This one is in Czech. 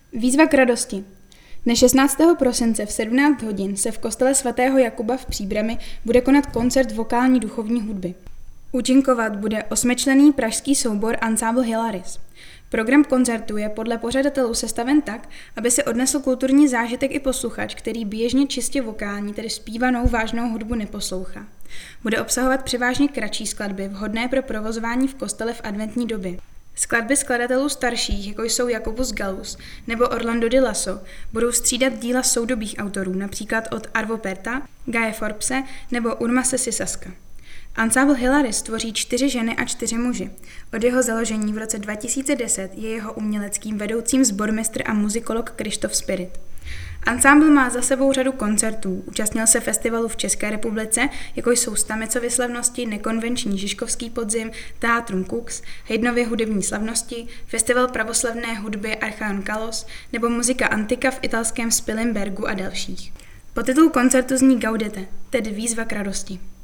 Výzva k radosti. Dne 16. prosince v 17 hodin se v kostele svatého Jakuba v Příbrami bude konat koncert vokální duchovní hudby. Účinkovat bude 8členný pražský soubor Ansámbl Hilaris. Program koncertu je podle pořadatelů sestaven tak, aby si odnesl kulturní zážitek i posluchač, který běžně čistě vokální, tedy zpívanou vážnou hudbu neposlouchá. Bude obsahovat převážně kratší skladby, vhodné pro provozování v kostele v adventní době. Skladby skladatelů starších, jako jsou Jakobus Gallus nebo Orlando di Lasso, budou střídat díla soudobých autorů, například od Arvo Pärta, Guye Forbese nebo Urmase Sisaska. Ansámbl Hilaris tvoří 4 ženy a 4 muži. Od jeho založení v roce 2010 je jeho uměleckým vedoucím sbormistr a muzikolog Krištof Spirit. Ansámbl má za sebou řadu koncertů, účastnil se festivalů v České republice, jako jsou Stamecovy slavnosti, Nekonvenční Žižkovský podzim, Teatrum Kux, Haydnovy hudební slavnosti, Festival pravoslavné hudby Archaion Kalos nebo Muzika Antika v italském Spilimbergu a dalších. Podtitul koncertu zní Gaudete, tedy výzva k radosti.